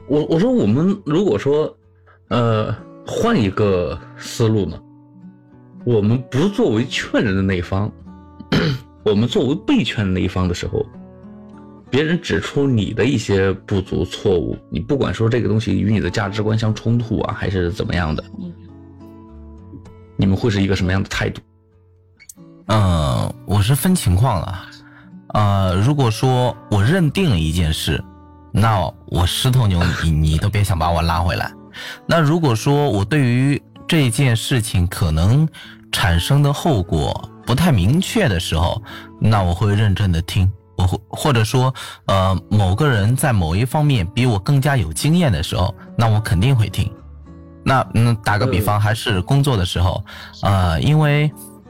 我说我们如果说换一个思路呢，我们不作为劝人的那一方，我们作为被劝的那一方的时候，别人指出你的一些不足错误，你不管说这个东西与你的价值观相冲突啊，还是怎么样的，你们会是一个什么样的态度？ 我是分情况了。如果说我认定了一件事，那我10头牛你都别想把我拉回来。那如果说我对于这件事情可能产生的后果不太明确的时候，那我会认真的听。或者说某个人在某一方面比我更加有经验的时候，那我肯定会听。那打个比方，还是工作的时候，因为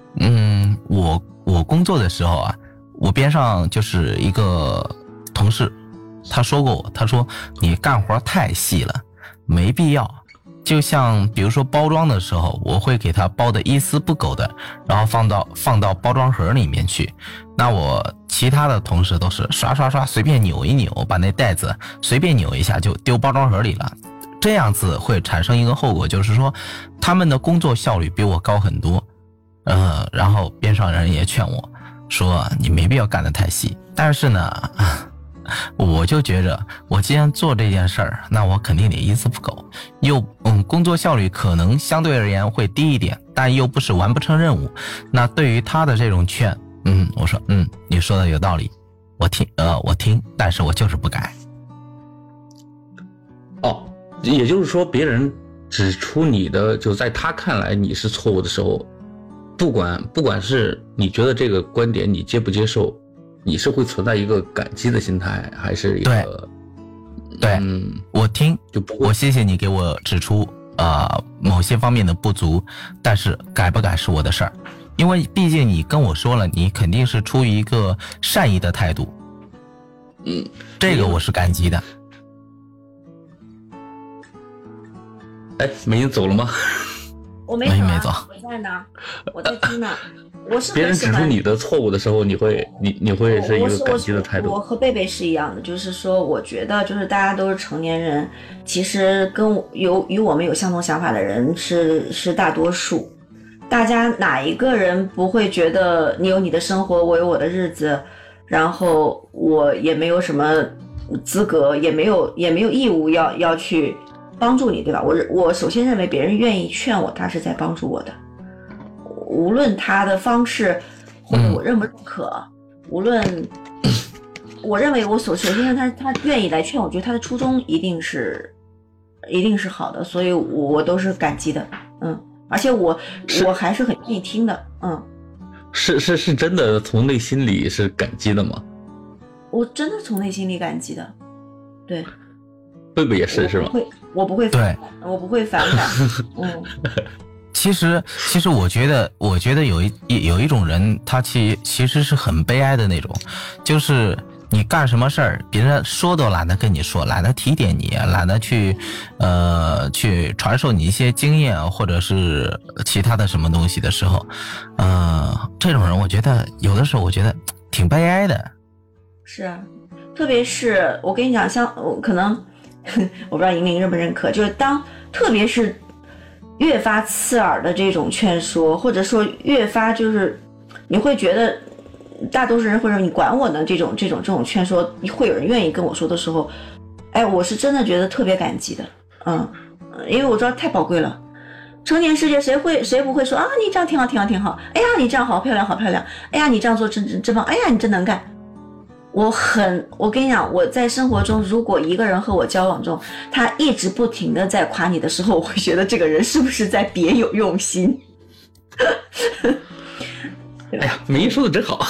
我工作的时候啊，我边上就是一个同事，他说过我，他说你干活太细了，没必要。就像比如说包装的时候，我会给他包的一丝不苟的，然后放到包装盒里面去。那我其他的同事都是刷随便扭一扭，把那袋子随便扭一下就丢包装盒里了。这样子会产生一个后果，就是说他们的工作效率比我高很多。然后边上人也劝我说你没必要干得太细。但是呢，我就觉着我既然做这件事儿，那我肯定得一丝不苟。又工作效率可能相对而言会低一点，但又不是完不成任务。那对于他的这种劝，我说你说的有道理，我听，但是我就是不改。 也就是说别人指出你的，就在他看来你是错误的时候，不管是你觉得这个观点你接不接受，你是会存在一个感激的心态，还是一个对，我听，我谢谢你给我指出某些方面的不足，但是改不改是我的事儿。因为毕竟你跟我说了，你肯定是出于一个善意的态度，这个我是感激的。 美英走了吗？ 我没走，我在呢，我在听呢。我是别人指出你的错误的时候，你会是一个感激的态度。 我和贝贝是一样的，就是说，我觉得就是大家都是成年人，其实跟与我们有相同想法的人是大多数。大家哪一个人不会觉得你有你的生活，我有我的日子，然后我也没有什么资格，也没有义务要去帮助你，对吧？我首先认为别人愿意劝我，他是在帮助我的，无论他的方式或者我认不认可，无论我认为首先他愿意来劝我，觉得他的初衷一定是好的，所以我都是感激的，而且我还是很愿意听的， 是真的从内心里是感激的吗？ 我真的从内心里感激的，对。 贝贝也是吧？ 我不会反感，我不会反感。 其实我觉得有一种人，他其实是很悲哀的那种，就是你干什么事儿，别人说都懒得跟你说，懒得提点你，懒得去传授你一些经验或者是其他的什么东西的时候，这种人我觉得有的时候我觉得挺悲哀的。 是啊，特别是我跟你讲，像可能我不知道莹莹认不认可，就是特别是越发刺耳的这种劝说，或者说越发就是你会觉得大多数人会说你管我呢，这种劝说会有人愿意跟我说的时候，我是真的觉得特别感激的，因为我知道太宝贵了。成年世界谁不会说啊，你这样挺好，哎呀你这样好漂亮，哎呀你这样做真棒，哎呀你真能干。我跟你讲，我在生活中，如果一个人和我交往中，他一直不停的在夸你的时候，我会觉得这个人是不是在别有用心。 哎呀，美英说的真好。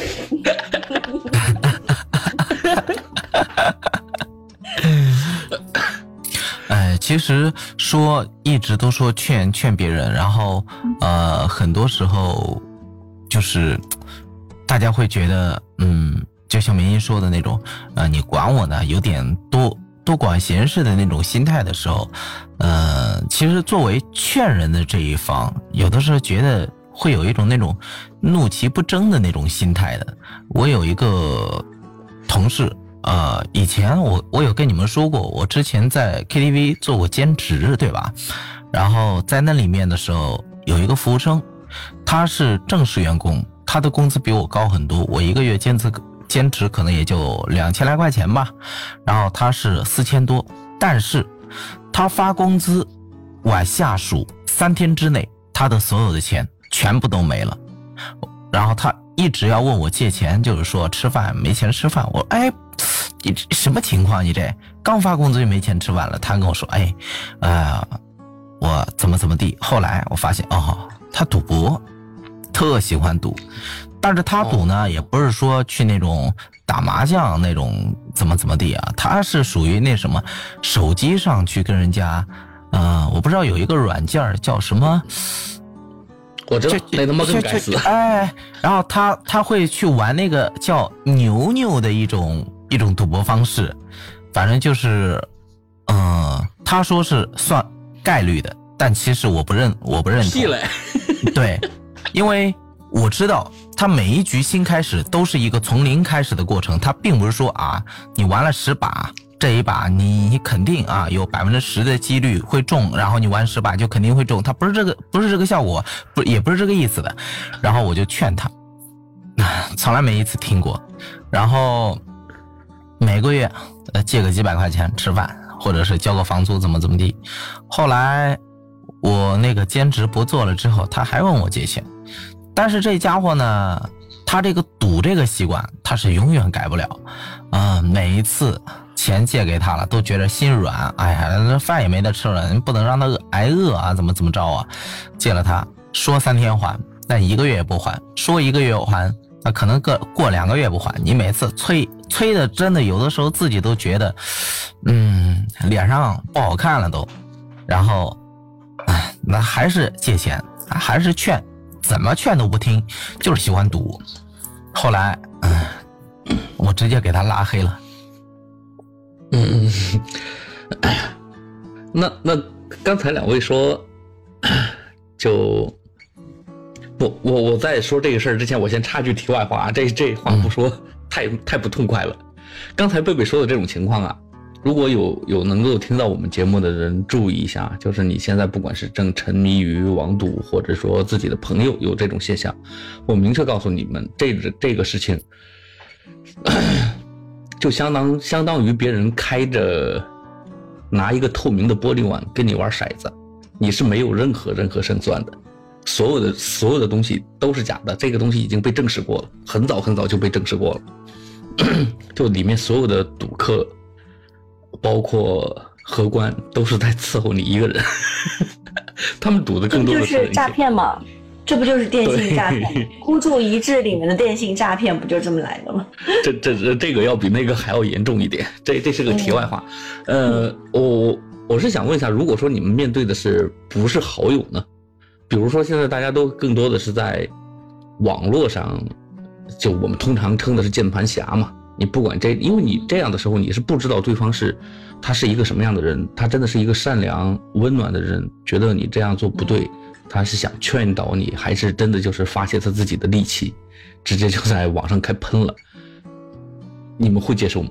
其实一直都说劝别人，然后很多时候就是大家会觉得就像梅英说的那种你管我呢，有点多管闲事的那种心态的时候，其实作为劝人的这一方，有的时候觉得会有一种那种怒其不争的那种心态的。我有一个同事以前我有跟你们说过，我之前在 KTV 做过兼职，对吧？然后在那里面的时候，有一个服务生，他是正式员工，他的工资比我高很多，我一个月兼职可能也就2000来块钱吧，然后他是4000多，但是他发工资，我下属3天之内，他的所有的钱全部都没了，然后他一直要问我借钱，就是说吃饭没钱吃饭。我你什么情况？你这刚发工资就没钱吃饭了？他跟我说我怎么地。后来我发现他赌博，特喜欢赌，但是他赌呢也不是说去那种打麻将那种怎么地啊，他是属于那什么手机上去跟人家我不知道有一个软件叫什么。 我知道，那他妈更该死。 然后他会去玩那个叫牛牛的一种赌博方式，反正就是他说是算概率的，但其实我不认同。对，因为我知道他每一局新开始都是一个从零开始的过程，他并不是说你玩了10把。这一把你肯定有10%的几率会中，然后你玩10把就肯定会中，它不是这个效果，也不是这个意思的。然后我就劝他，从来没一次听过。然后每个月借个几百块钱吃饭，或者是交个房租怎么地。后来我那个兼职不做了之后，他还问我借钱，但是这家伙呢，他这个赌这个习惯他是永远改不了。每一次钱借给他了，都觉得心软，那饭也没得吃了，你不能让他挨饿怎么着啊？借了他，说3天还，但1个月也不还，说1个月还，那可能过2个月不还。你每次催的，真的有的时候自己都觉得，脸上不好看了都。然后，那还是借钱，还是劝，怎么劝都不听，就是喜欢赌。后来，我直接给他拉黑了。 那刚才2位说，我在说这个事儿之前，我先插句题外话，这话不说太不痛快了。刚才贝贝说的这种情况如果有能够听到我们节目的人注意一下，就是你现在不管是正沉迷于网赌，或者说自己的朋友有这种现象，我明确告诉你们，这个事情就相当于别人拿一个透明的玻璃碗跟你玩骰子，你是没有任何胜算的，所有的东西都是假的，这个东西已经被证实过了，很早就被证实过了。就里面所有的赌客，包括荷官，都是在伺候你一个人。他们赌的更多的是诈骗吗？这不就是电信诈骗？孤注一掷里面的电信诈骗不就这么来的吗？ 这个要比那个还要严重一点。这是个题外话。我是想问一下，如果说你们面对的不是好友呢？比如说现在大家都更多的是在网络上，就我们通常称的是键盘侠嘛。你不管因为你这样的时候，你是不知道对方他是一个什么样的人，他真的是一个善良温暖的人，觉得你这样做不对，他是想劝导你，还是真的就是发泄他自己的戾气，直接就在网上开喷了？你们会接受吗？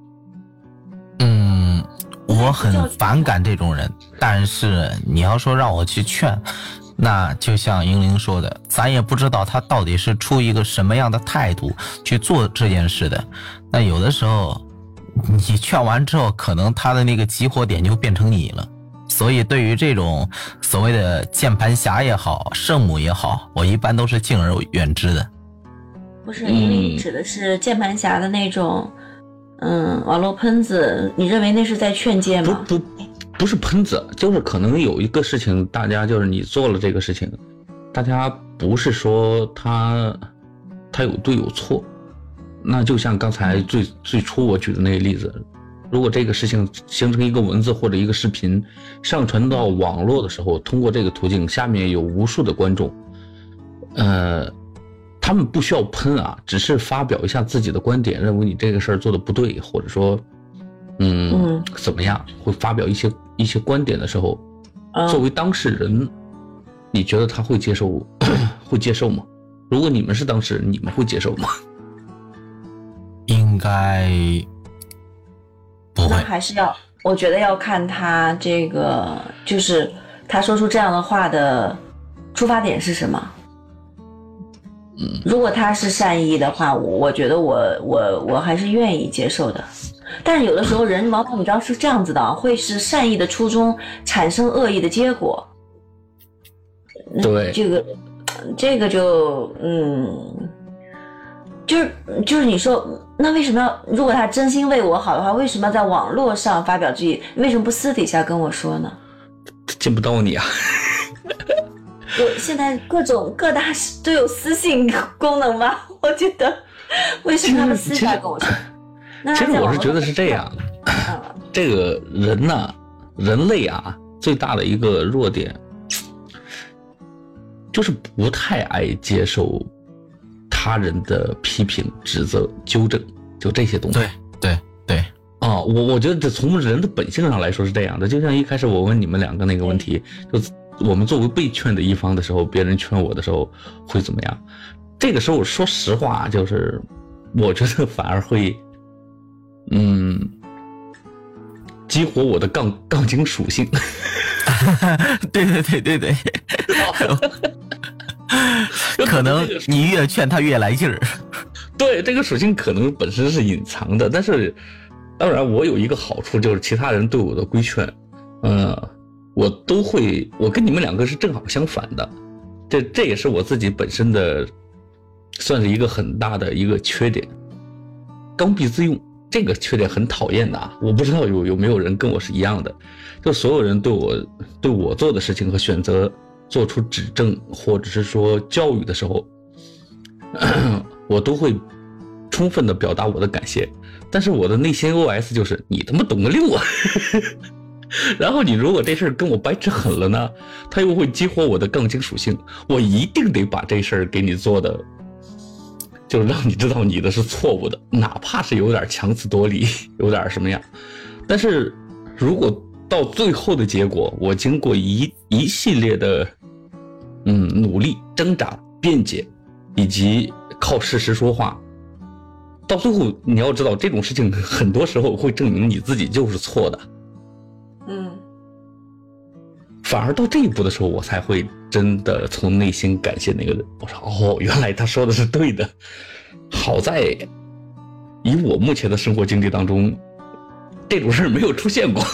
我很反感这种人，但是你要说让我去劝，那就像英灵说的，咱也不知道他到底是出一个什么样的态度去做这件事的。那有的时候你劝完之后，可能他的那个集火点就变成你了。所以对于这种所谓的键盘侠也好，圣母也好，我一般都是敬而远之的。 不是，因为你指的是键盘侠的那种网络喷子，你认为那是在劝诫吗？ 不是喷子，就是可能有一个事情，大家就是你做了这个事情，大家不是说他有对有错，那就像刚才最初我举的那个例子，如果这个事情形成一个文字或者一个视频上传到网络的时候，通过这个途径，下面有无数的观众，他们不需要喷只是发表一下自己的观点，认为你这个事儿做的不对，或者说怎么样，会发表一些观点的时候，作为当事人，你觉得他会接受吗？如果你们是当事人，你们会接受吗？ 应该得还是要，我觉得要看他这个，就是他说出这样的话的出发点是什么。如果他是善意的话，我觉得我还是愿意接受的。但是有的时候人往往你知道是这样子的，会是善意的初衷产生恶意的结果。 对， 这个就就是你说，那为什么要？如果他真心为我好的话，为什么要在网络上发表质疑？为什么不私底下跟我说呢？ 见不到你啊。 我现在各大都有私信功能吧？我觉得，为什么他们私下跟我说？ 其实我是觉得是这样，这个人呢，人类啊，最大的一个弱点就是不太爱接受他人的批评、指责、纠正，就这些东西。 对。 我觉得从人的本性上来说是这样的。就像一开始我问你们两个那个问题，就我们作为被劝的一方的时候，别人劝我的时候会怎么样？这个时候说实话，就是我觉得反而会激活我的杠精属性。 对。可能你越劝他越来劲儿。 对，这个属性可能本身是隐藏的，但是当然我有一个好处，就是其他人对我的规劝，我跟你们两个是正好相反的，这也是我自己本身的算是一个很大的一个缺点，刚愎自用。这个缺点很讨厌的啊！我不知道有没有人跟我是一样的，就所有人对我做的事情和选择做出指正或者是说教育的时候，我都会充分的表达我的感谢，但是我的内心 OS 就是你他妈懂个六啊！然后你如果这事儿跟我掰扯狠了呢，他又会激活我的杠精属性，我一定得把这事儿给你做的。就让你知道你的是错误的，哪怕是有点强词夺理，有点什么样。但是如果到最后的结果，我经过一系列的努力、挣扎、辩解，以及靠事实说话，到最后你要知道，这种事情很多时候会证明你自己就是错的。反而到这一步的时候，我才会真的从内心感谢那个人。我说原来他说的是对的。好在以我目前的生活经历当中，这种事没有出现过。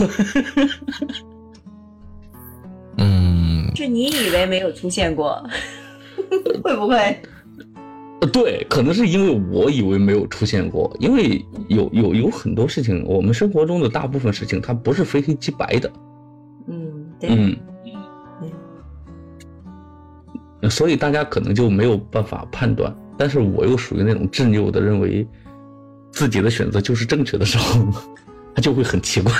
就你以为没有出现过，会不会？ 对，可能是因为我以为没有出现过，因为有很多事情，我们生活中的大部分事情，它不是非黑即白的。 对。 所以大家可能就没有办法判断，但是我又属于那种执拗的认为自己的选择就是正确的时候，他就会很奇怪。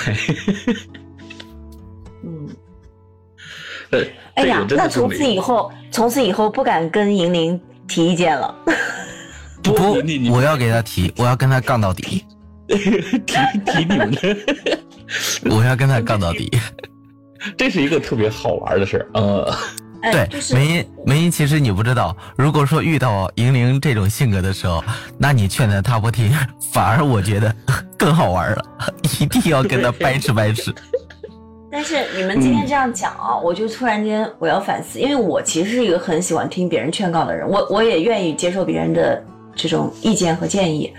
哎呀，那从此以后不敢跟银铃提意见了。 不，我要给他提，我要跟他杠到底。 提你们的， 我要跟他杠到底。 这是一个特别好玩的事儿。 对，梅姨，其实你不知道，如果说遇到银铃这种性格的时候，那你劝他不听，反而我觉得更好玩了，一定要跟他掰扯。 但是你们今天这样讲啊，我就突然间我要反思，因为我其实是一个很喜欢听别人劝告的人，我也愿意接受别人的这种意见和建议，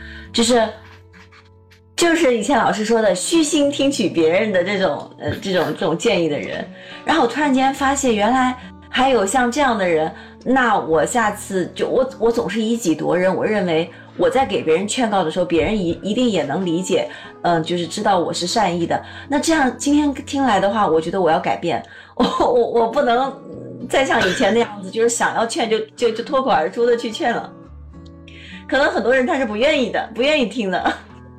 就是以前老师说的虚心听取别人的这种建议的人，然后我突然间发现原来还有像这样的人，那我下次就我总是以己夺人，我认为我在给别人劝告的时候，别人一定也能理解，就是知道我是善意的。那这样今天听来的话，我觉得我要改变，我不能再像以前那样子，就是想要劝就脱口而出的去劝了。可能很多人他是不愿意的，不愿意听的。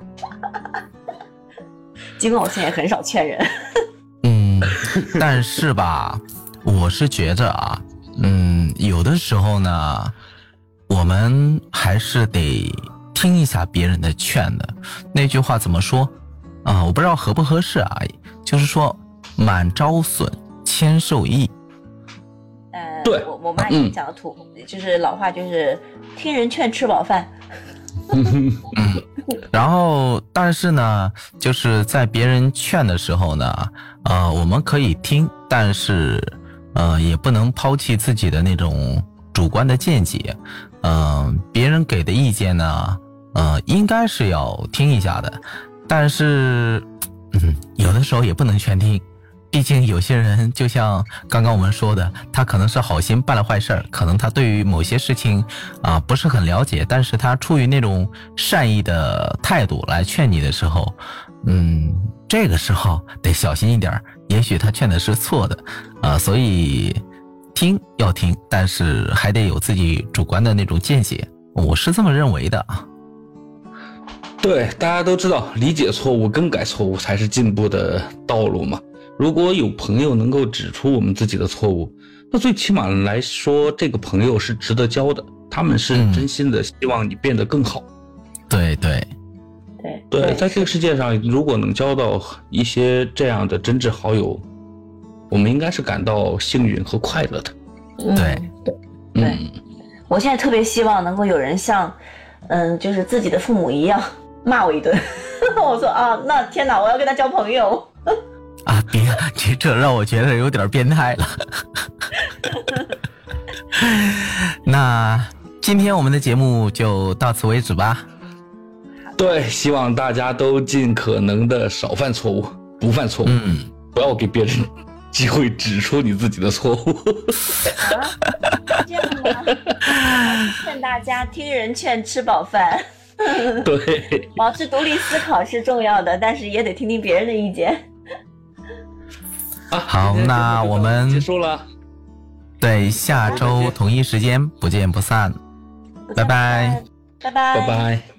尽管我现在很少劝人。 但是吧，我是觉着啊，有的时候呢，我们还是得听一下别人的劝的。那句话怎么说啊？我不知道合不合适啊，就是说满招损，谦受益。 对， 我妈以前讲的土，就是老话，就是听人劝吃饱饭。 然后，但是呢，就是在别人劝的时候呢，我们可以听，但是，也不能抛弃自己的那种主观的见解。别人给的意见呢，应该是要听一下的，但是，有的时候也不能全听。毕竟有些人就像刚刚我们说的，他可能是好心办了坏事儿，可能他对于某些事情不是很了解，但是他出于那种善意的态度来劝你的时候，这个时候得小心一点，也许他劝的是错的，所以听要听，但是还得有自己主观的那种见解，我是这么认为的啊。 对，大家都知道，理解错误、更改错误才是进步的道路嘛。如果有朋友能够指出我们自己的错误，那最起码来说，这个朋友是值得交的，他们是真心的希望你变得更好。 对， 在这个世界上，如果能交到一些这样的真挚好友，我们应该是感到幸运和快乐的。 对，我现在特别希望能够有人像，就是自己的父母一样骂我一顿。我说那天哪，我要跟他交朋友。 别，这让我觉得有点变态了。那今天我们的节目就到此为止吧。 对，希望大家都尽可能的少犯错误，不犯错误，不要给别人机会指出你自己的错误。 这样吗？劝大家听人劝，吃饱饭。 对， 保持独立思考是重要的，但是也得听听别人的意见。 好，那我们结束了。 对，下周同一时间不见不散。拜拜。 拜拜。 拜拜。